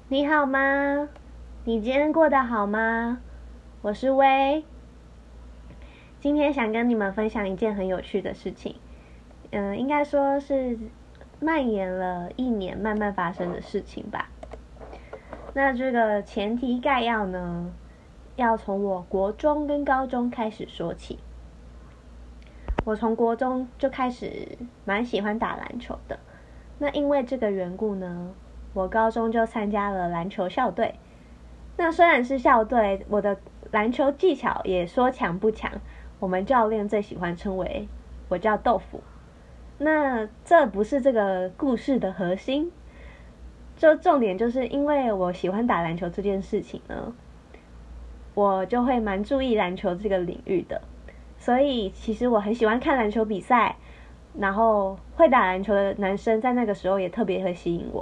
你好吗？你今天过得好吗？我是薇，今天想跟你们分享一件很有趣的事情，应该说是蔓延了1年慢慢发生的事情吧。那这个前提概要呢，要从我国中跟高中开始说起。我从国中就开始蛮喜欢打篮球的，那因为这个缘故呢，我高中就参加了篮球校队。那虽然是校队，我的篮球技巧也说强不强，我们教练最喜欢称为我叫豆腐。那这不是这个故事的核心，就重点就是因为我喜欢打篮球这件事情呢，我就会蛮注意篮球这个领域的，所以其实我很喜欢看篮球比赛，然后会打篮球的男生在那个时候也特别会吸引我。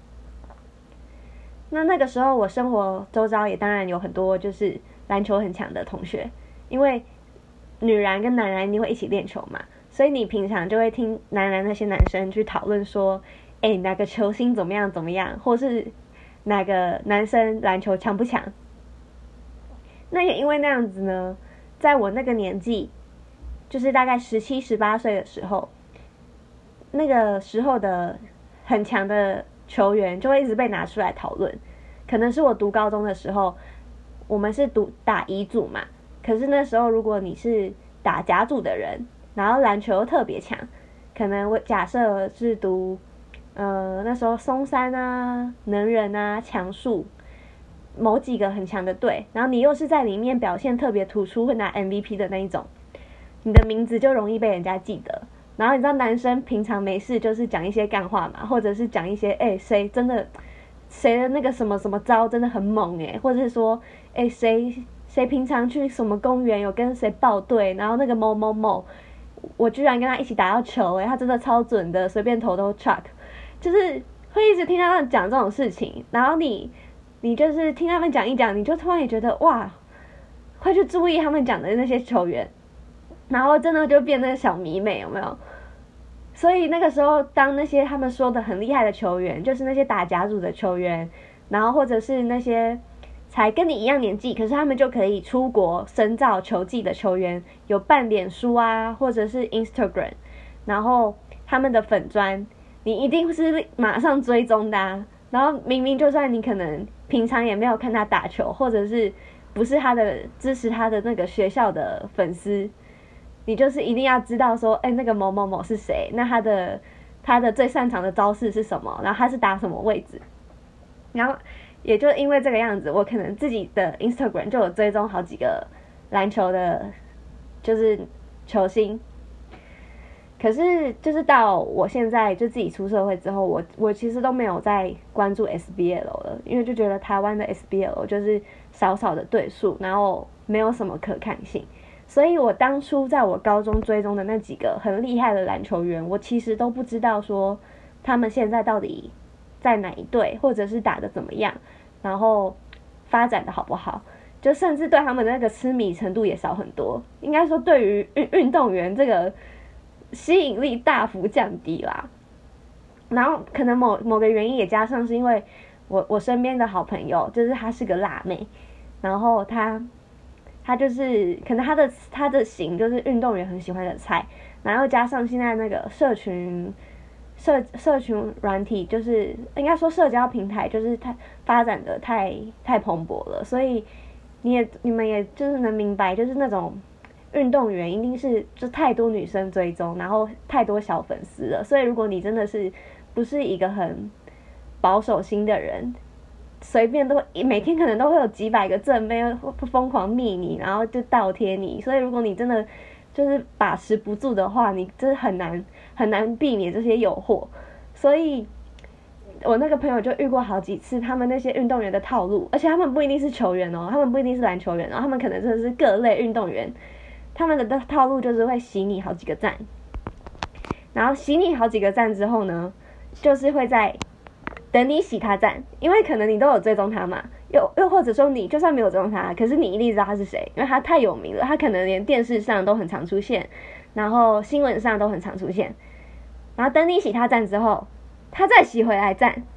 那个时候我生活周遭也当然有很多就是篮球很强的同学，因为女篮跟男篮一定会一起练球嘛，所以你平常就会听男篮那些男生去讨论说，哪个球星怎么样怎么样，或是哪个男生篮球强不强。那也因为那样子呢，在我那个年纪，就是大概17、18岁的时候，那个时候的很强的球员就会一直被拿出来讨论。可能是我读高中的时候，我们是打乙组嘛，可是那时候如果你是打甲组的人，然后篮球又特别强，可能我假设是读那时候松山啊、能人啊、强树某几个很强的队，然后你又是在里面表现特别突出，会拿 MVP 的那一种，你的名字就容易被人家记得。然后你知道男生平常没事就是讲一些干话嘛，或者是讲一些谁真的谁的那个什么什么招真的很猛或者是说谁平常去什么公园有跟谁报队，然后那个某某某我居然跟他一起打到球他真的超准的，随便投都 chuck， 就是会一直听他们讲这种事情，然后你就是听他们讲一讲，你就突然也觉得哇，会去注意他们讲的那些球员，然后真的就变那个小迷妹，有没有？所以那个时候，当那些他们说的很厉害的球员，就是那些打甲组的球员，然后或者是那些才跟你一样年纪，可是他们就可以出国深造球技的球员，有办脸书啊，或者是 Instagram， 然后他们的粉专，你一定是马上追踪的啊。然后明明就算你可能平常也没有看他打球，或者是不是他的支持他的那个学校的粉丝，你就是一定要知道说，那个某某某是谁，那他的最擅长的招式是什么，然后他是打什么位置。然后也就因为这个样子，我可能自己的 Instagram 就有追踪好几个篮球的就是球星。可是就是到我现在就自己出社会之后，我其实都没有再关注 SBL 了，因为就觉得台湾的 SBL 就是少少的队数，然后没有什么可看性。所以我当初在我高中追踪的那几个很厉害的篮球员，我其实都不知道说他们现在到底在哪一队，或者是打得怎么样，然后发展的好不好，就甚至对他们的那个痴迷程度也少很多。应该说对于运动员这个吸引力大幅降低啦。然后可能某个原因也加上是因为我身边的好朋友就是她是个辣妹，然后她就是可能他的型就是运动员很喜欢的菜，然后加上现在那个社群软体，就是应该说社交平台，就是它发展的太蓬勃了，所以你们也就是能明白，就是那种运动员一定是就太多女生追踪，然后太多小粉丝了，所以如果你真的是不是一个很保守心的人，随便每天可能都会有几百个正妹疯狂密你，然后就倒贴你，所以如果你真的就是把持不住的话，你真的很难避免这些诱惑。所以我那个朋友就遇过好几次他们那些运动员的套路，而且他们不一定是球员他们不一定是篮球员他们可能真的是各类运动员，他们的套路就是会洗你好几个赞，然后洗你好几个赞之后呢，就是会在等你洗他赞，因为可能你都有追踪他嘛，又或者说你就算没有追踪他，可是你一定知道他是谁，因为他太有名了，他可能连电视上都很常出现，然后新闻上都很常出现。然后等你洗他赞之后，他再洗回来赞，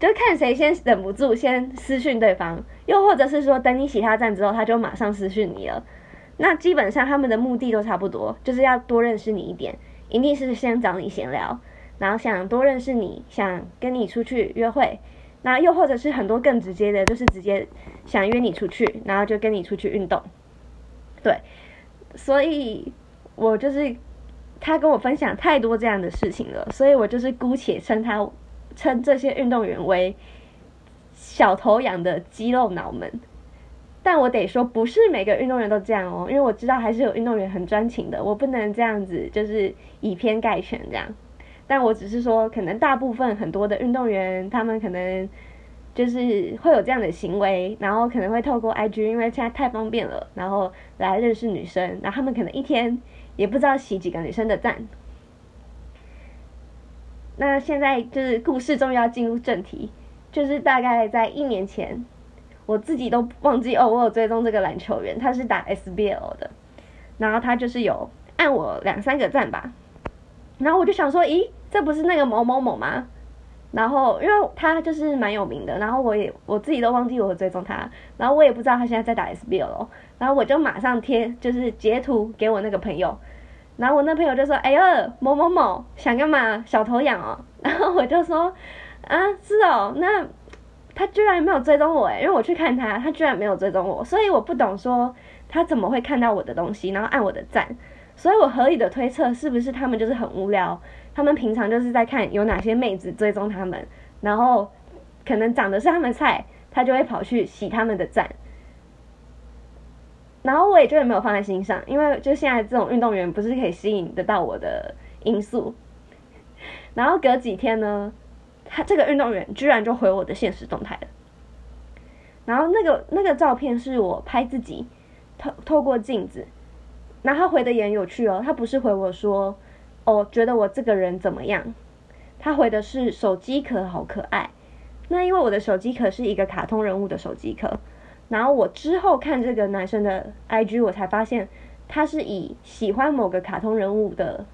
就看谁先忍不住先私讯对方，又或者是说等你洗他赞之后，他就马上私讯你了。那基本上他们的目的都差不多，就是要多认识你一点，一定是先找你闲聊，然后想多认识你，想跟你出去约会，那又或者是很多更直接的，就是直接想约你出去，然后就跟你出去运动。对，所以我就是他跟我分享太多这样的事情了，所以我就是姑且称这些运动员为小头羊的肌肉脑们。但我得说，不是每个运动员都这样哦，因为我知道还是有运动员很专情的，我不能这样子就是以偏概全这样。但我只是说，可能大部分很多的运动员，他们可能就是会有这样的行为，然后可能会透过 IG， 因为现在太方便了，然后来认识女生，然后他们可能一天也不知道洗几个女生的赞。那现在就是故事终于要进入正题，就是大概在1年前，我自己都忘记我有追踪这个篮球员，他是打 SBL 的，然后他就是有按我2-3个赞吧，然后我就想说，咦，这不是那个某某某吗？然后因为他就是蛮有名的，然后我自己都忘记我追踪他，然后我也不知道他现在在打 SBL 了，然后我就马上就是截图给我那个朋友，然后我那朋友就说，哎呦，某某某想干嘛？小头痒哦。然后我就说，啊，是哦，那他居然没有追踪我因为我去看他居然没有追踪我，所以我不懂说他怎么会看到我的东西，然后按我的赞。所以我合理的推测，是不是他们就是很无聊，他们平常就是在看有哪些妹子追踪他们，然后可能长得是他们菜，他就会跑去洗他们的赞。然后我也就没有放在心上，因为就现在这种运动员不是可以吸引得到我的因素。然后隔几天呢，他这个运动员居然就回我的现实动态了。然后那个照片是我拍自己透过镜子，然后他回的也很有趣哦，他不是回我说觉得我这个人怎么样，他回的是手机壳好可爱。那因为我的手机壳是一个卡通人物的手机壳，然后我之后看这个男生的 IG， 我才发现他是以喜欢某个卡通人物的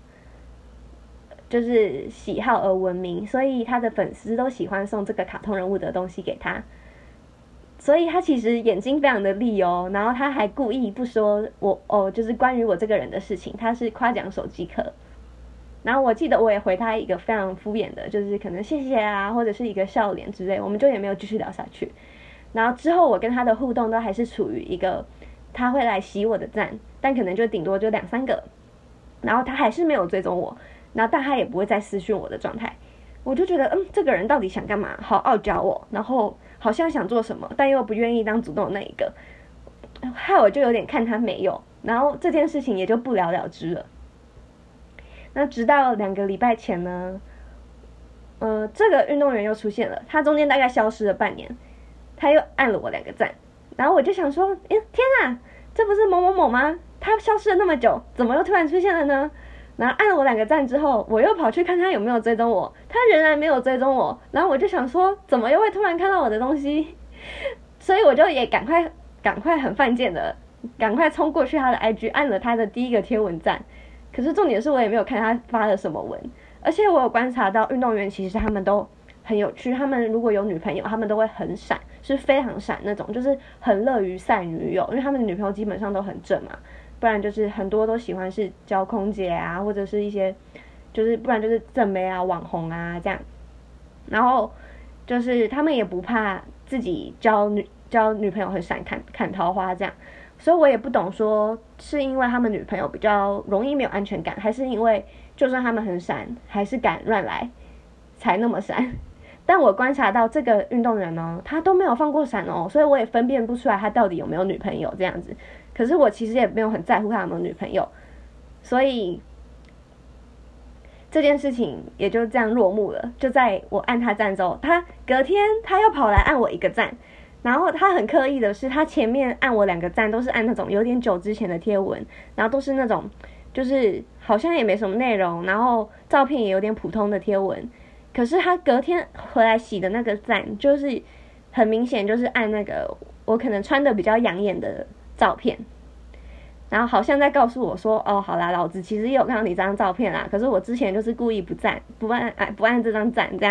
就是喜好而闻名，所以他的粉丝都喜欢送这个卡通人物的东西给他。所以他其实眼睛非常的利哦，然后他还故意不说我就是关于我这个人的事情，他是夸奖手机壳。然后我记得我也回他一个非常敷衍的，就是可能谢谢啊，或者是一个笑脸之类，我们就也没有继续聊下去。然后之后我跟他的互动都还是处于一个他会来洗我的赞，但可能就顶多就2-3个，然后他还是没有追踪我，然后但他也不会再私讯我的状态。我就觉得这个人到底想干嘛，好傲娇哦，然后好像想做什么，但又不愿意当主动的那一个，害我就有点看他没有，然后这件事情也就不了了之了。那直到2个礼拜前呢，这个运动员又出现了，他中间大概消失了半年，他又按了我2个赞，然后我就想说，天哪，这不是某某某吗？他消失了那么久，怎么又突然出现了呢？然后按了我2个赞之后，我又跑去看他有没有追踪我，他仍然没有追踪我，然后我就想说，怎么又会突然看到我的东西？所以我就也赶快很犯贱的，赶快冲过去他的 IG， 按了他的第一个贴文赞。可是重点是我也没有看他发了什么文，而且我有观察到运动员其实他们都很有趣，他们如果有女朋友，他们都会很闪，是非常闪那种，就是很乐于晒女友，因为他们的女朋友基本上都很正嘛，不然就是很多都喜欢是交空姐啊，或者是一些就是不然就是正妹啊、网红啊这样，然后就是他们也不怕自己交女朋友很闪砍桃花这样。所以我也不懂说是因为他们女朋友比较容易没有安全感，还是因为就算他们很闪还是敢乱来才那么闪。但我观察到这个运动员呢，他都没有放过闪哦，所以我也分辨不出来他到底有没有女朋友这样子。可是我其实也没有很在乎他有没有女朋友，所以这件事情也就这样落幕了。就在我按他赞之后，他隔天他又跑来按我1个赞。然后他很刻意的是，他前面按我2个赞都是按那种有点久之前的贴文，然后都是那种就是好像也没什么内容，然后照片也有点普通的贴文。可是他隔天回来洗的那个赞，就是很明显就是按那个我可能穿的比较养眼的照片，然后好像在告诉我说，好啦，老子其实也有看到你这张照片啦，可是我之前就是故意不按这张赞这样。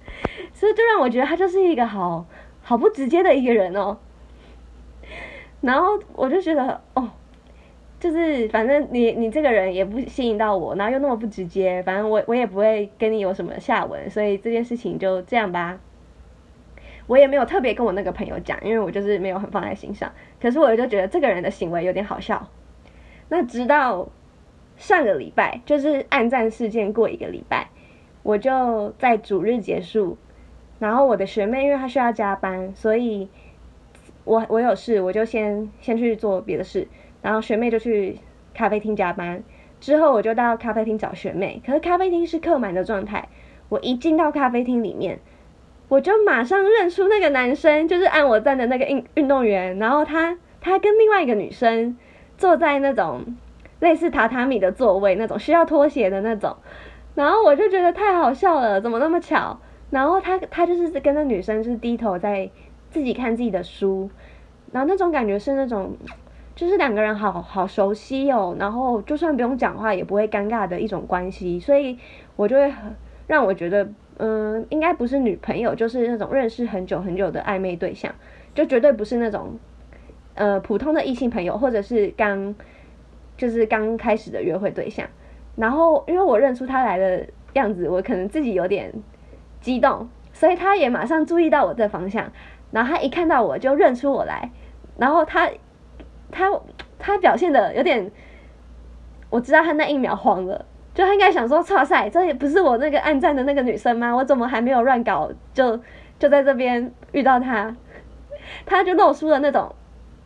所以就让我觉得他就是一个好不直接的一个人哦。然后我就觉得就是反正你这个人也不吸引到我，然后又那么不直接，反正我也不会跟你有什么下文，所以这件事情就这样吧。我也没有特别跟我那个朋友讲，因为我就是没有很放在心上。可是我就觉得这个人的行为有点好笑。那直到上个礼拜，就是按赞事件过1个礼拜，我就在主日结束，然后我的学妹因为她需要加班，所以我有事，我就先去做别的事，然后学妹就去咖啡厅加班。之后我就到咖啡厅找学妹，可是咖啡厅是客满的状态。我一进到咖啡厅里面，我就马上认出那个男生，就是按我赞的那个运动员，然后他跟另外一个女生坐在那种类似榻榻米的座位，那种需要脱鞋的那种，然后我就觉得太好笑了，怎么那么巧？然后他就是跟那女生就是低头在自己看自己的书，然后那种感觉是那种就是两个人好熟悉哦，然后就算不用讲话也不会尴尬的一种关系，所以我就会让我觉得应该不是女朋友，就是那种认识很久很久的暧昧对象，就绝对不是那种普通的异性朋友，或者是刚开始的约会对象。然后因为我认出他来的样子，我可能自己有点激动，所以他也马上注意到我这方向，然后他一看到我就认出我来，然后他表现的有点，我知道他那一秒慌了。就他应该想说，哇塞，这也不是我那个按赞的那个女生吗？我怎么还没有乱搞，就在这边遇到他？他就露出了那种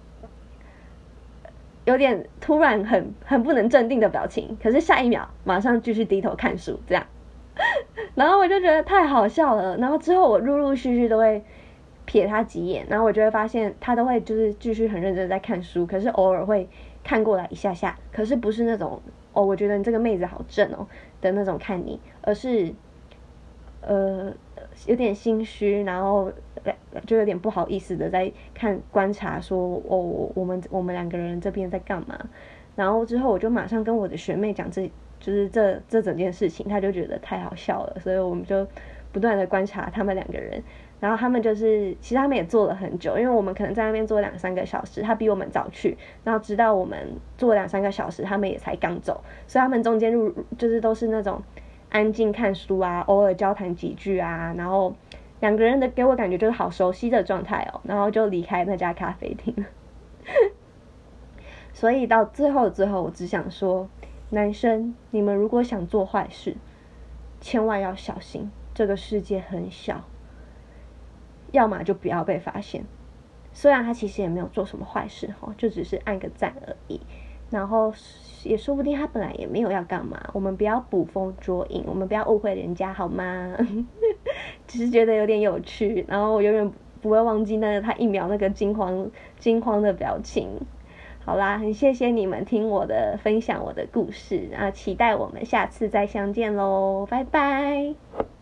有点突然很不能镇定的表情，可是下一秒马上继续低头看书，这样。然后我就觉得太好笑了。然后之后我陆续都会瞥他几眼，然后我就会发现他都会就是继续很认真的在看书，可是偶尔会看过来一下下，可是不是那种我觉得你这个妹子好正哦的那种看你，而是有点心虚，然后就有点不好意思的在观察说我们两个人这边在干嘛。然后之后我就马上跟我的学妹讲就是这整件事情，她就觉得太好笑了，所以我们就不断的观察他们两个人。然后他们就是其实他们也坐了很久，因为我们可能在那边坐2-3个小时，他比我们早去，然后直到我们坐2-3个小时他们也才刚走，所以他们中间就是都是那种安静看书啊，偶尔交谈几句啊，然后两个人的给我感觉就是好熟悉的状态哦，然后就离开那家咖啡厅。所以到最后我只想说，男生你们如果想做坏事，千万要小心，这个世界很小，要么就不要被发现。虽然他其实也没有做什么坏事就只是按个赞而已，然后也说不定他本来也没有要干嘛，我们不要捕风捉影，我们不要误会人家好吗？只是觉得有点有趣，然后我永远不会忘记那个他一秒那个惊慌的表情。好啦，很谢谢你们听我的分享我的故事，期待我们下次再相见咯，拜拜。